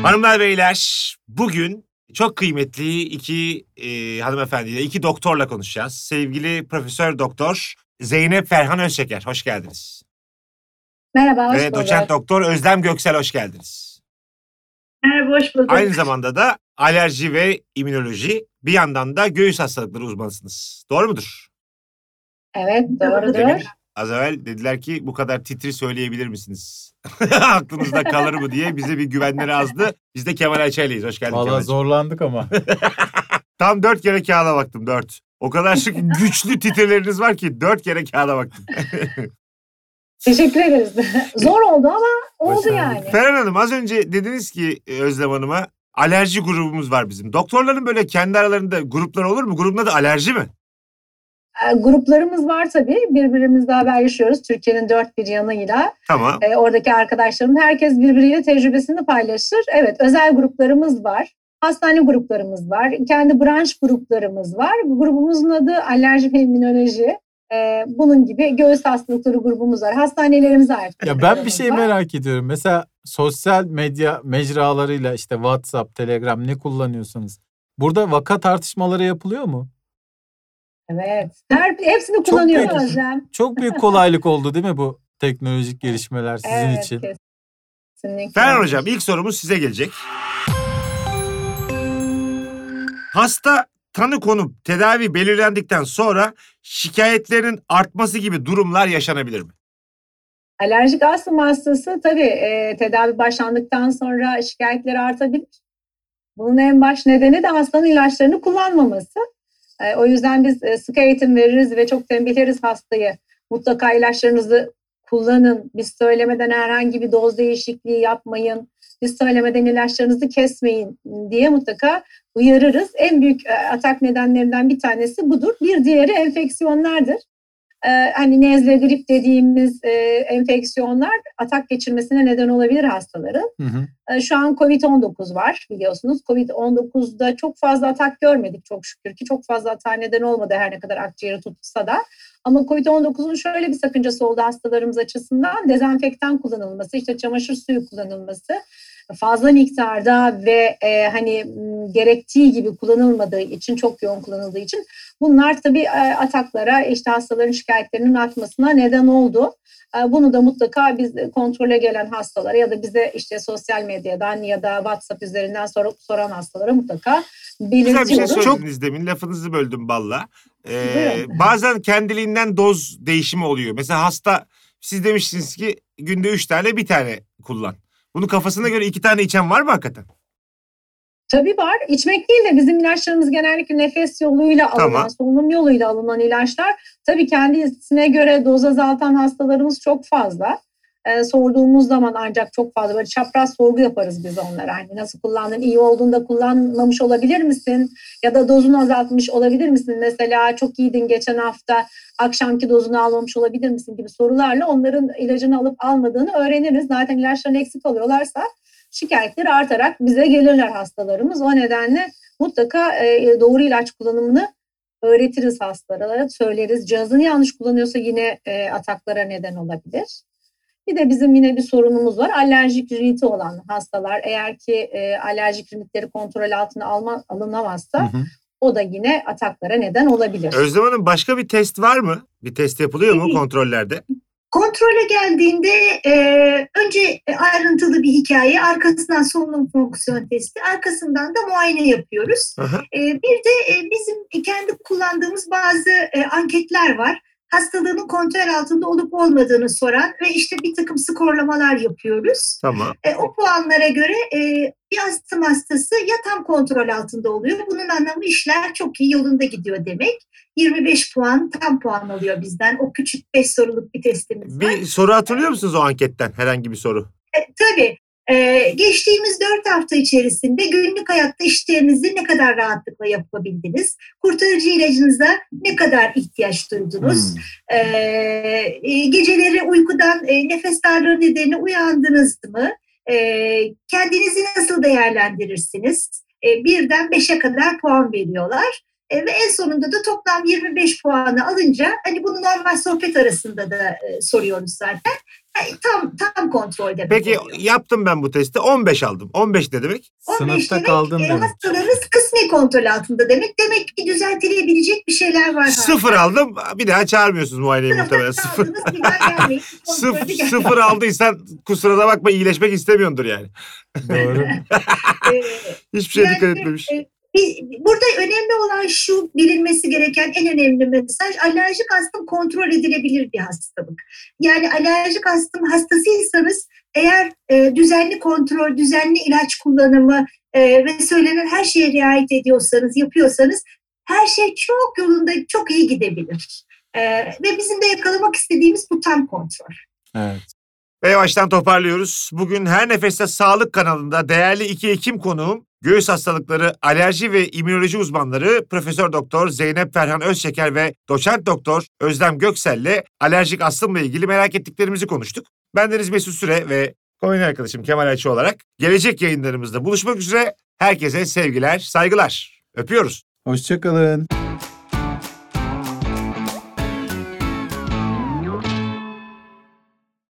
Hanımlar beyler, bugün çok kıymetli iki hanımefendiyle, iki doktorla konuşacağız. Sevgili Profesör Doktor Zeynep Ferhan Özçeker, hoş geldiniz. Merhaba, hoş Ve bulduk. Doçent Doktor Özlem Göksel, hoş geldiniz. Merhaba, hoş bulduk. Aynı zamanda da alerji ve immünoloji, bir yandan da göğüs hastalıkları uzmanısınız. Doğru mudur? Evet, doğrudur. Demin az evvel dediler ki bu kadar titri söyleyebilir misiniz? Aklınızda kalır mı diye bize bir güvenleri azdı. Biz de Kemal Ayça'yleyiz. Hoş geldin Vallahi Kemal'cim. zorlandık ama. Tam 4 kere kağıda baktım, 4. O kadar güçlü titrileriniz var ki 4 kere kağıda baktım. Teşekkür ederiz. Zor oldu ama oldu yani. Ferhan Hanım, az önce dediniz ki Özlem Hanım'a alerji grubumuz var bizim. Doktorların böyle kendi aralarında gruplar olur mu? Grubun adı alerji mi? Gruplarımız var tabii. Birbirimizle haberleşiyoruz Türkiye'nin dört bir yanıyla. Tamam. Oradaki arkadaşlarım herkes birbiriyle tecrübesini paylaşır. Evet, özel gruplarımız var. Hastane gruplarımız var. Kendi branş gruplarımız var. Bu grubumuzun adı alerji ve immünoloji. Bunun gibi göğüs hastalıkları grubumuz var. Hastanelerimiz ait. Ya ben bir şey merak ediyorum. Mesela sosyal medya mecralarıyla işte WhatsApp, Telegram ne kullanıyorsanız. Burada vaka tartışmaları yapılıyor mu? Evet. Hepsini kullanıyoruz Özlem. Çok büyük kolaylık oldu değil mi bu teknolojik gelişmeler sizin için? Kesinlikle. Ferhan Hocam, ilk sorumuz size gelecek. Hasta tanı konup tedavi belirlendikten sonra şikayetlerinin artması gibi durumlar yaşanabilir mi? Alerjik astma hastası tabii tedavi başlandıktan sonra şikayetleri artabilir. Bunun en baş nedeni de hastanın ilaçlarını kullanmaması. O yüzden biz sık eğitim veririz ve çok tembihleriz hastayı. Mutlaka ilaçlarınızı kullanın. Biz söylemeden herhangi bir doz değişikliği yapmayın. Biz söylemeden ilaçlarınızı kesmeyin diye mutlaka uyarırız. En büyük atak nedenlerinden bir tanesi budur. Bir diğeri enfeksiyonlardır. Hani nezle, grip dediğimiz enfeksiyonlar atak geçirmesine neden olabilir hastaların. Şu an COVID-19 var biliyorsunuz. COVID-19'da çok fazla atak görmedik çok şükür ki. Çok fazla atak neden olmadı her ne kadar akciğeri tutsa da. Ama COVID-19'un şöyle bir sakıncası oldu hastalarımız açısından. Dezenfektan kullanılması, işte çamaşır suyu kullanılması fazla miktarda ve gerektiği gibi kullanılmadığı için, çok yoğun kullanıldığı için bunlar tabii ataklara, işte hastaların şikayetlerinin artmasına neden oldu. Bunu da mutlaka biz kontrole gelen hastalara ya da bize işte sosyal medyadan ya da WhatsApp üzerinden soran hastalara mutlaka belirtiyoruz. Güzel bir şey söylediniz demin, lafınızı böldüm balla. Bazen kendiliğinden doz değişimi oluyor. Mesela hasta, siz demiştiniz ki günde 3 tane 1 tane kullan. Bunu kafasına göre 2 tane içen var mı hakikaten? Tabii var. İçmek değil de bizim ilaçlarımız genellikle nefes yoluyla alınan, solunum yoluyla alınan ilaçlar. Tabii kendisine göre doz azaltan hastalarımız çok fazla. Sorduğumuz zaman ancak çok fazla böyle çapraz sorgu yaparız biz onlara. Hani nasıl kullandın, iyi olduğunda kullanmamış olabilir misin? Ya da dozunu azaltmış olabilir misin? Mesela çok iyiydin geçen hafta, akşamki dozunu almamış olabilir misin gibi sorularla onların ilacını alıp almadığını öğreniriz. Zaten ilaçlarını eksik alıyorlarsa şikayetleri artarak bize gelirler hastalarımız. O nedenle mutlaka doğru ilaç kullanımını öğretiriz hastalara, söyleriz. Cihazını yanlış kullanıyorsa yine ataklara neden olabilir. Bir de bizim yine bir sorunumuz var. Alerjik riniti olan hastalar eğer ki alerjik rinitleri kontrol altına alınamazsa o da yine ataklara neden olabilir. Özlem Hanım, başka bir test var mı? Bir test yapılıyor mu kontrollerde? Kontrole geldiğinde önce ayrıntılı bir hikaye, arkasından solunum fonksiyon testi, arkasından da muayene yapıyoruz. Bir de bizim kendi kullandığımız bazı anketler var. Hastalığının kontrol altında olup olmadığını soran ve işte bir takım skorlamalar yapıyoruz. Tamam. O puanlara göre bir astım hastası ya tam kontrol altında oluyor. Bunun anlamı işler çok iyi yolunda gidiyor demek. 25 puan tam puan alıyor bizden. O küçük 5 soruluk bir testimiz var. Bir soru hatırlıyor musunuz o anketten? Herhangi bir soru. Tabii. Geçtiğimiz 4 hafta içerisinde günlük hayatta işlerinizi ne kadar rahatlıkla yapabildiniz? Kurtarıcı ilacınıza ne kadar ihtiyaç duydunuz? Geceleri uykudan nefes darlığı nedeniyle uyandınız mı? Kendinizi nasıl değerlendirirsiniz? 1'den 5'e kadar puan veriyorlar. Ve en sonunda da toplam 25 puanı alınca, hani bunu normal sohbet arasında da soruyoruz zaten. Yani tam kontrol demek Peki oluyor. yaptım ben bu testi, 15 aldım. 15 ne demek? 15 Sınıfta demek kaldın demek. hastalığınız kısmi kontrol altında demek. Demek ki düzeltilebilecek bir şeyler var. 0 aldım, bir daha çağırmıyorsunuz muayeneye muhtemelen. Sınıfta 0 kaldınız, bir daha gelmeyin. Kontrolü gelmeyin. 0 aldıysan kusura da bakma, iyileşmek istemiyordur yani. Doğru. Hiçbir şeye Yani, dikkat etmemiş. Burada önemli olan şu, bilinmesi gereken en önemli mesaj: alerjik astım kontrol edilebilir bir hastalık. Yani alerjik astım hastasıysanız eğer düzenli kontrol, düzenli ilaç kullanımı ve söylenen her şeye riayet ediyorsanız, yapıyorsanız her şey çok yolunda, çok iyi gidebilir. Ve bizim de yakalamak istediğimiz bu tam kontrol. Evet. Ve yavaştan toparlıyoruz. Bugün Her Nefeste Sağlık kanalında değerli 2 hekim konuğum, göğüs hastalıkları, alerji ve immünoloji uzmanları Profesör Doktor Zeynep Ferhan Özşeker ve Doçent Doktor Özlem Göksel'le alerjik astımla ilgili merak ettiklerimizi konuştuk. Bendeniz Mesut Süre ve komünel arkadaşım Kemal Ayçi olarak gelecek yayınlarımızda buluşmak üzere. Herkese sevgiler, saygılar. Öpüyoruz. Hoşça kalın.